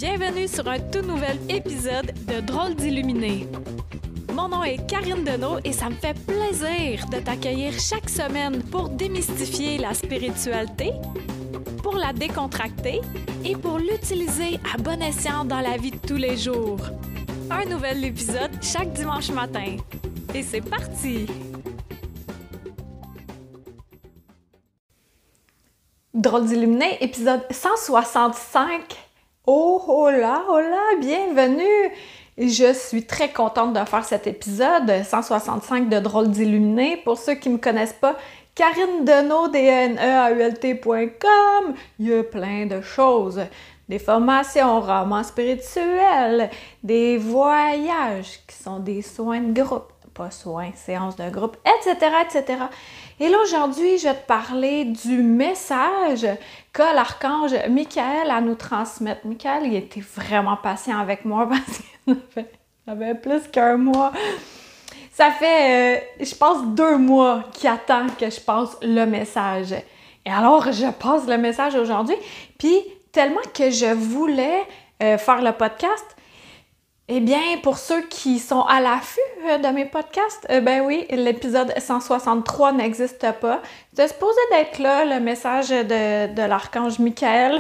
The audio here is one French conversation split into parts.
Bienvenue sur un tout nouvel épisode de Drôles d'Illuminés. Mon nom est Karine Deneau et ça me fait plaisir de t'accueillir chaque semaine pour démystifier la spiritualité, pour la décontracter et pour l'utiliser à bon escient dans la vie de tous les jours. Un nouvel épisode chaque dimanche matin. Et c'est parti! Drôles d'Illuminés, épisode 165. Oh là, bienvenue! Je suis très contente de faire cet épisode 165 de Drôles d'Illuminés. Pour ceux qui ne me connaissent pas, Karine Deneau, DNEAULT.com. Il y a plein de choses. Des formations, romans spirituels, des voyages qui sont des soins de groupe, pas soins, séances de groupe, etc., etc. Et là, aujourd'hui, je vais te parler du message qu'a l'archange Michael à nous transmettre. Michael, il était vraiment patient avec moi parce qu'il avait plus qu'un mois. Ça fait, je pense, 2 mois qu'il attend que je passe le message. Et alors, je passe le message aujourd'hui. Puis, tellement que je voulais faire le podcast, eh bien, pour ceux qui sont à l'affût de mes podcasts, ben oui, l'épisode 163 n'existe pas. C'est supposé d'être là, le message de l'archange Michael.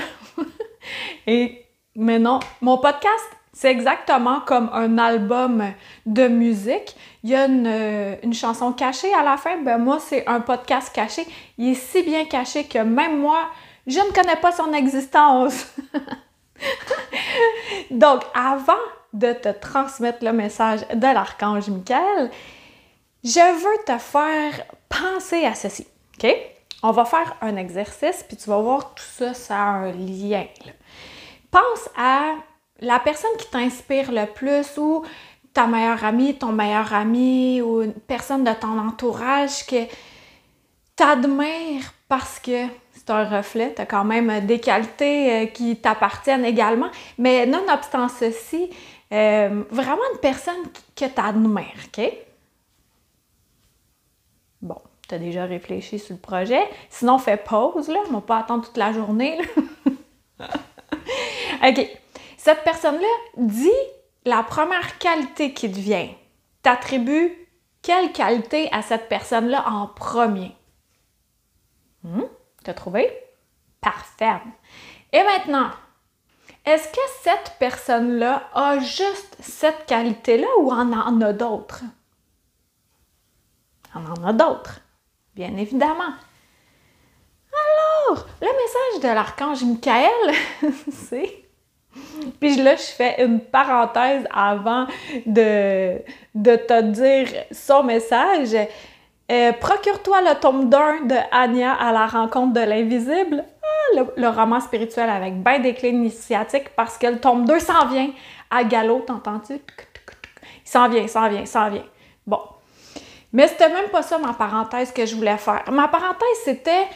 Mais non, mon podcast, c'est exactement comme un album de musique. Il y a une chanson cachée à la fin. Ben moi, c'est un podcast caché. Il est si bien caché que même moi, je ne connais pas son existence. Donc, avant de te transmettre le message de l'archange Michael, je veux te faire penser à ceci, OK? On va faire un exercice, puis tu vas voir tout ça, ça a un lien. Là. Pense à la personne qui t'inspire le plus ou ta meilleure amie, ton meilleur ami ou une personne de ton entourage que t'admires parce que c'est un reflet, tu as quand même des qualités qui t'appartiennent également, mais nonobstant ceci, vraiment une personne que tu admires, OK? Bon, tu as déjà réfléchi sur le projet. Sinon, fais pause, là. On va pas attendre toute la journée, là. OK. Cette personne-là dit la première qualité qui te vient. T'attribues quelle qualité à cette personne-là en premier? T'as trouvé? Parfait. Et maintenant, est-ce que cette personne-là a juste cette qualité-là ou en a d'autres? On en a d'autres, bien évidemment. Alors, le message de l'archange Michael, c'est... Puis là, je fais une parenthèse avant de te dire son message. Procure-toi le tome 1 de Anya à la rencontre de l'invisible. Le roman spirituel avec bien des clés initiatiques parce que le tome 2 s'en vient à galop, t'entends-tu? Il s'en vient. Bon. Mais c'était même pas ça ma parenthèse que je voulais faire. Ma parenthèse, c'était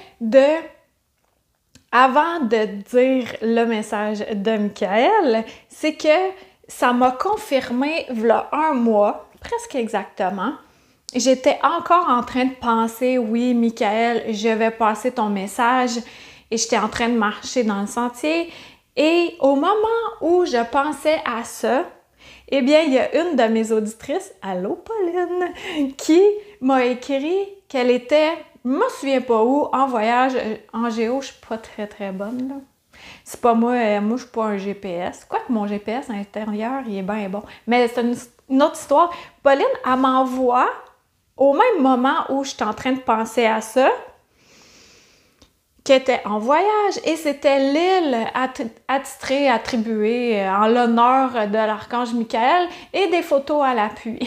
avant de dire le message de Michael, c'est que ça m'a confirmé, v'là 1 mois, presque exactement. J'étais encore en train de penser, oui, Michael, je vais passer ton message. Et j'étais en train de marcher dans le sentier. Et au moment où je pensais à ça, eh bien, il y a une de mes auditrices, allô Pauline, qui m'a écrit qu'elle était, je me souviens pas où, en voyage, en géo, je suis pas très très bonne, là. C'est pas moi je suis pas un GPS. Quoique mon GPS intérieur, il est bien bon. Mais c'est une autre histoire. Pauline, elle m'envoie, au même moment où je suis en train de penser à ça, qui était en voyage, et c'était l'île attitrée, attribuée en l'honneur de l'archange Michael, et des photos à l'appui.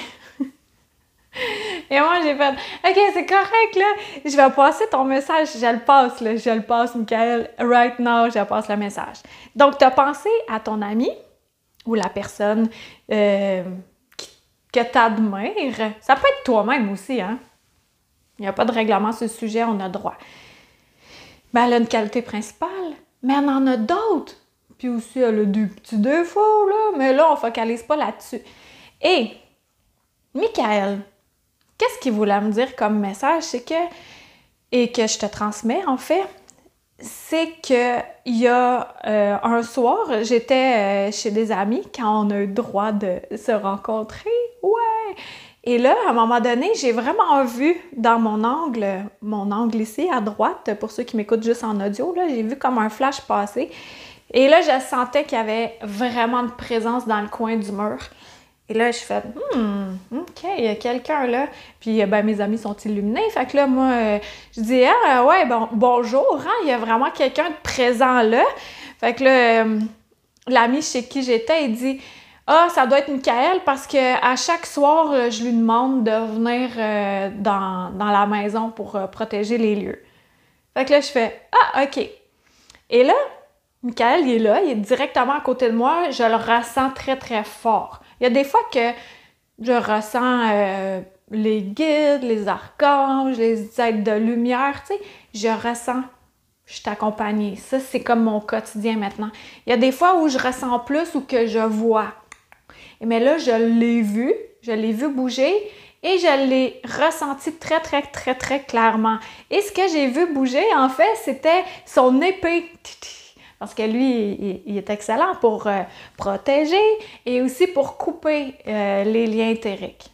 Et moi, j'ai fait « OK, c'est correct, là, je vais passer ton message, je le passe, Michael, right now, je passe le message. » Donc, tu as pensé à ton ami, ou la personne que tu admires. Ça peut être toi-même aussi, hein? Il n'y a pas de règlement sur le sujet, on a le droit. Ben, elle a une qualité principale, mais elle en a d'autres. Puis aussi, elle a des petits défauts, là, mais là, on ne focalise pas là-dessus. Et, Michael, qu'est-ce qu'il voulait me dire comme message? C'est que, et que je te transmets, en fait, c'est que il y a un soir, j'étais chez des amis quand on a eu le droit de se rencontrer. Ouais! Et là, à un moment donné, j'ai vraiment vu dans mon angle ici à droite, pour ceux qui m'écoutent juste en audio, là, j'ai vu comme un flash passer. Et là, je sentais qu'il y avait vraiment de présence dans le coin du mur. Et là, je fais OK, il y a quelqu'un là. Puis, ben, mes amis sont illuminés. Fait que là, moi, je dis, ah, ouais, bon, bonjour, hein, il y a vraiment quelqu'un de présent là. Fait que là, l'ami chez qui j'étais, il dit, ah, ça doit être Michael parce que à chaque soir, je lui demande de venir dans la maison pour protéger les lieux. Fait que là, je fais, ah, OK. Et là, Michael, il est là, il est directement à côté de moi, je le ressens très, très fort. Il y a des fois que je ressens les guides, les archanges, les êtres de lumière, tu sais, je ressens, je suis accompagnée. Ça, c'est comme mon quotidien maintenant. Il y a des fois où je ressens plus ou que je vois. Mais là, je l'ai vu bouger et je l'ai ressenti très, très, très, très clairement. Et ce que j'ai vu bouger, en fait, c'était son épée. Parce que lui, il est excellent pour protéger et aussi pour couper les liens éthériques.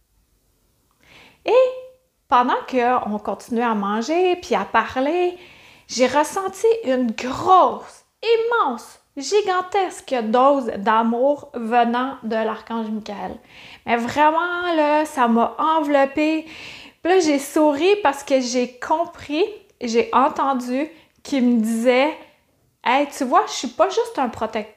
Et pendant qu'on continuait à manger puis à parler, j'ai ressenti une grosse, immense, gigantesque dose d'amour venant de l'archange Michael. Mais vraiment, là, ça m'a enveloppée. Puis là, j'ai souri parce que j'ai compris, j'ai entendu qu'il me disait « Hey, tu vois, je suis pas juste un protecteur. »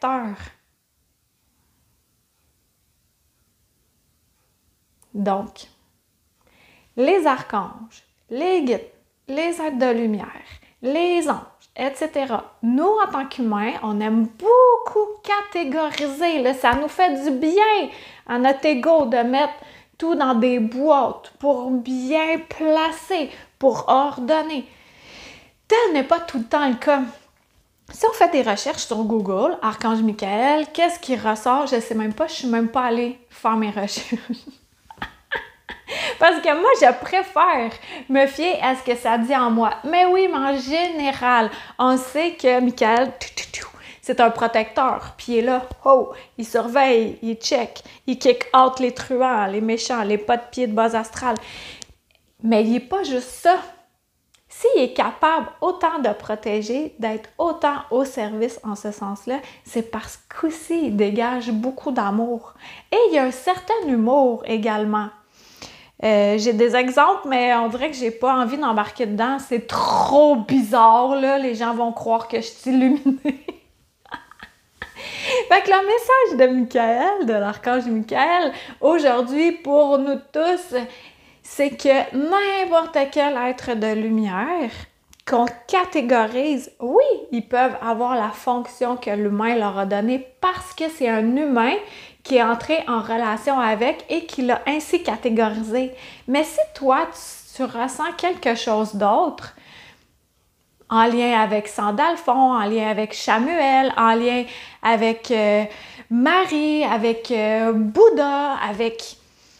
Donc, les archanges, les guides, les êtres de lumière, les anges, etc. Nous, en tant qu'humains, on aime beaucoup catégoriser. Là, ça nous fait du bien à notre ego de mettre tout dans des boîtes pour bien placer, pour ordonner. Tel n'est pas tout le temps le cas. Si on fait des recherches sur Google, Archange Michael, qu'est-ce qui ressort? Je ne sais même pas, je ne suis même pas allée faire mes recherches. Parce que moi, je préfère me fier à ce que ça dit en moi. Mais oui, mais en général, on sait que Michael, c'est un protecteur. Puis il est là, il surveille, il check, il kick out les truands, les méchants, les pas de pied de bas astral. Mais il n'est pas juste ça. S'il est capable autant de protéger, d'être autant au service en ce sens-là, c'est parce qu'aussi il dégage beaucoup d'amour. Et il y a un certain humour également. J'ai des exemples, mais on dirait que j'ai pas envie d'embarquer dedans. C'est trop bizarre, là. Les gens vont croire que je suis illuminée. Fait que le message de Michael, de l'archange Michael, aujourd'hui, pour nous tous, c'est que n'importe quel être de lumière qu'on catégorise, oui, ils peuvent avoir la fonction que l'humain leur a donnée parce que c'est un humain qui est entré en relation avec et qui l'a ainsi catégorisé. Mais si toi, tu ressens quelque chose d'autre, en lien avec Sandalphon, en lien avec Chamuel, en lien avec Marie, avec Bouddha, avec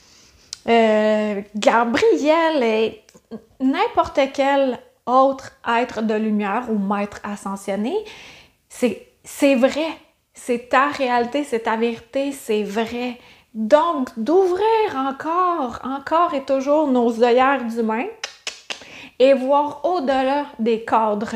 Gabriel et n'importe quel autre être de lumière ou maître ascensionné, c'est vrai. C'est ta réalité, c'est ta vérité, c'est vrai. Donc, d'ouvrir encore et toujours nos œillères d'humains et voir au-delà des cadres.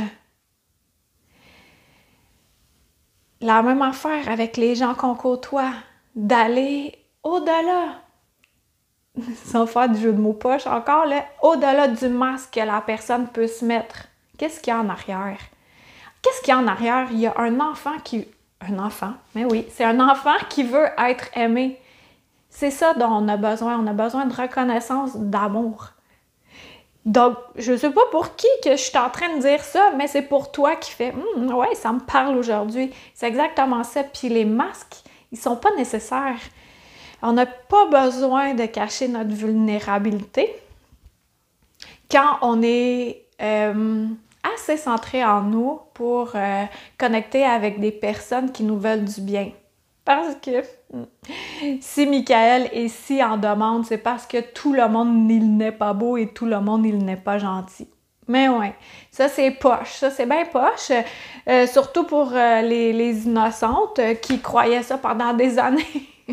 La même affaire avec les gens qu'on côtoie, d'aller au-delà. Sans faire du jeu de mots poche encore, là, au-delà du masque que la personne peut se mettre. Qu'est-ce qu'il y a en arrière? Qu'est-ce qu'il y a en arrière? Il y a un enfant qui... Un enfant, mais oui, c'est un enfant qui veut être aimé. C'est ça dont on a besoin. On a besoin de reconnaissance, d'amour. Donc, je ne sais pas pour qui que je suis en train de dire ça, mais c'est pour toi qui fait « ouais, ça me parle aujourd'hui ». C'est exactement ça. Puis les masques, ils sont pas nécessaires. On n'a pas besoin de cacher notre vulnérabilité quand on est assez centré en nous pour connecter avec des personnes qui nous veulent du bien. Parce que si Michael est si en demande, c'est parce que tout le monde, il n'est pas beau et tout le monde, il n'est pas gentil. Mais ouais, ça c'est poche, ça c'est bien poche, surtout pour les innocentes qui croyaient ça pendant des années.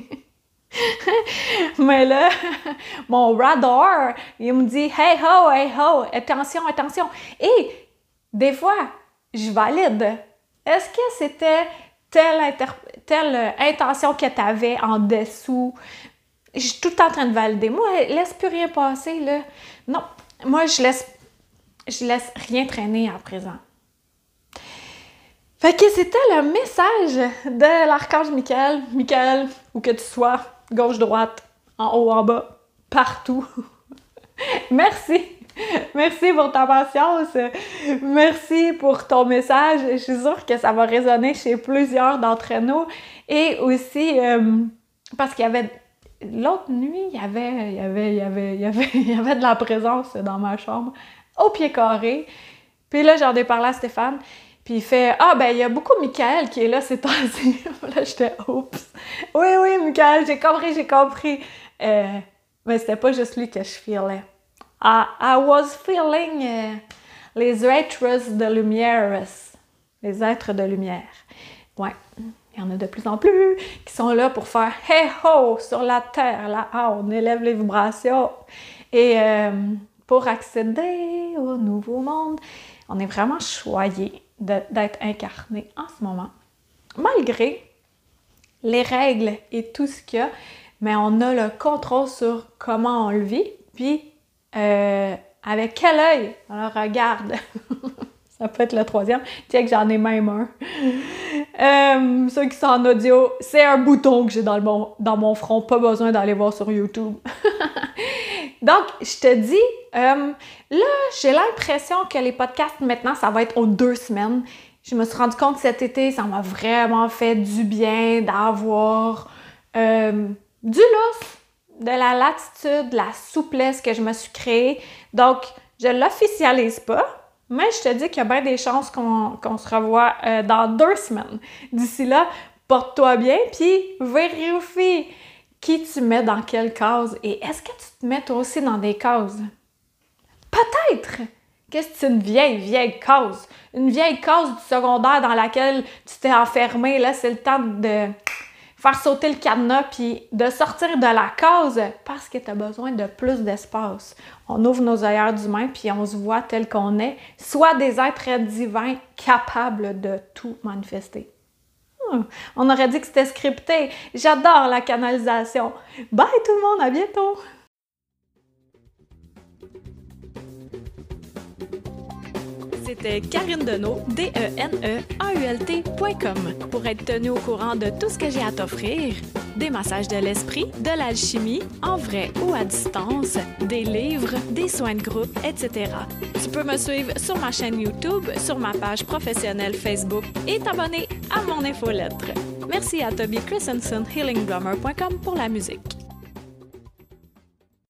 Mais là, mon radar, il me dit « Hey ho, attention, attention! » Et des fois, je valide. Est-ce que c'était telle intention que tu avais en dessous? Je suis tout le temps en train de valider. Moi, laisse plus rien passer, là. Non, moi, je laisse rien traîner à présent. Fait que c'était le message de l'archange Michael. Michael, où que tu sois, gauche, droite, en haut, en bas, partout. Merci! Merci pour ta patience. Merci pour ton message. Je suis sûre que ça va résonner chez plusieurs d'entre nous. Et aussi, parce qu'il y avait... L'autre nuit, il y avait de la présence dans ma chambre, au pied carré. Puis là, j'en ai parlé à Stéphane. Puis il fait « Ah, ben il y a beaucoup Michael qui est là ces temps-ci. » Là, j'étais « Oups! » Oui, Michael, j'ai compris. Mais c'était pas juste lui que je feelais. I was feeling les êtres de lumière. Les êtres de lumière. Ouais, il y en a de plus en plus qui sont là pour faire « Hey ho! Sur la terre, là, on élève les vibrations. » Et pour accéder au nouveau monde, on est vraiment choyé d'être incarné en ce moment. Malgré les règles et tout ce qu'il y a, mais on a le contrôle sur comment on le vit, puis avec quel œil on le regarde. Ça peut être le troisième. Tiens que j'en ai même un. Ceux qui sont en audio, c'est un bouton que j'ai dans mon front. Pas besoin d'aller voir sur YouTube. Donc, je te dis, là, j'ai l'impression que les podcasts, maintenant, ça va être aux 2 semaines. Je me suis rendu compte cet été, ça m'a vraiment fait du bien d'avoir du lousse, de la latitude, de la souplesse que je me suis créée. Donc, je ne l'officialise pas, mais je te dis qu'il y a bien des chances qu'on se revoie dans 2 semaines. D'ici là, porte-toi bien, puis vérifie qui tu mets dans quelle case. Et est-ce que tu te mets toi aussi dans des cases? Peut-être que c'est une vieille case. Une vieille case du secondaire dans laquelle tu t'es enfermé. Là, c'est le temps de faire sauter le cadenas puis de sortir de la case parce que tu as besoin de plus d'espace. On ouvre nos œillères d'humain puis on se voit tel qu'on est, soit des êtres divins capables de tout manifester. On aurait dit que c'était scripté. J'adore la canalisation. Bye tout le monde, à bientôt! C'était Karine Deneault, DENEAULT.com, pour être tenue au courant de tout ce que j'ai à t'offrir, des massages de l'esprit, de l'alchimie, en vrai ou à distance, des livres, des soins de groupe, etc. Tu peux me suivre sur ma chaîne YouTube, sur ma page professionnelle Facebook et t'abonner à mon infolettre. Merci à Toby Christensen, healingdrummer.com pour la musique.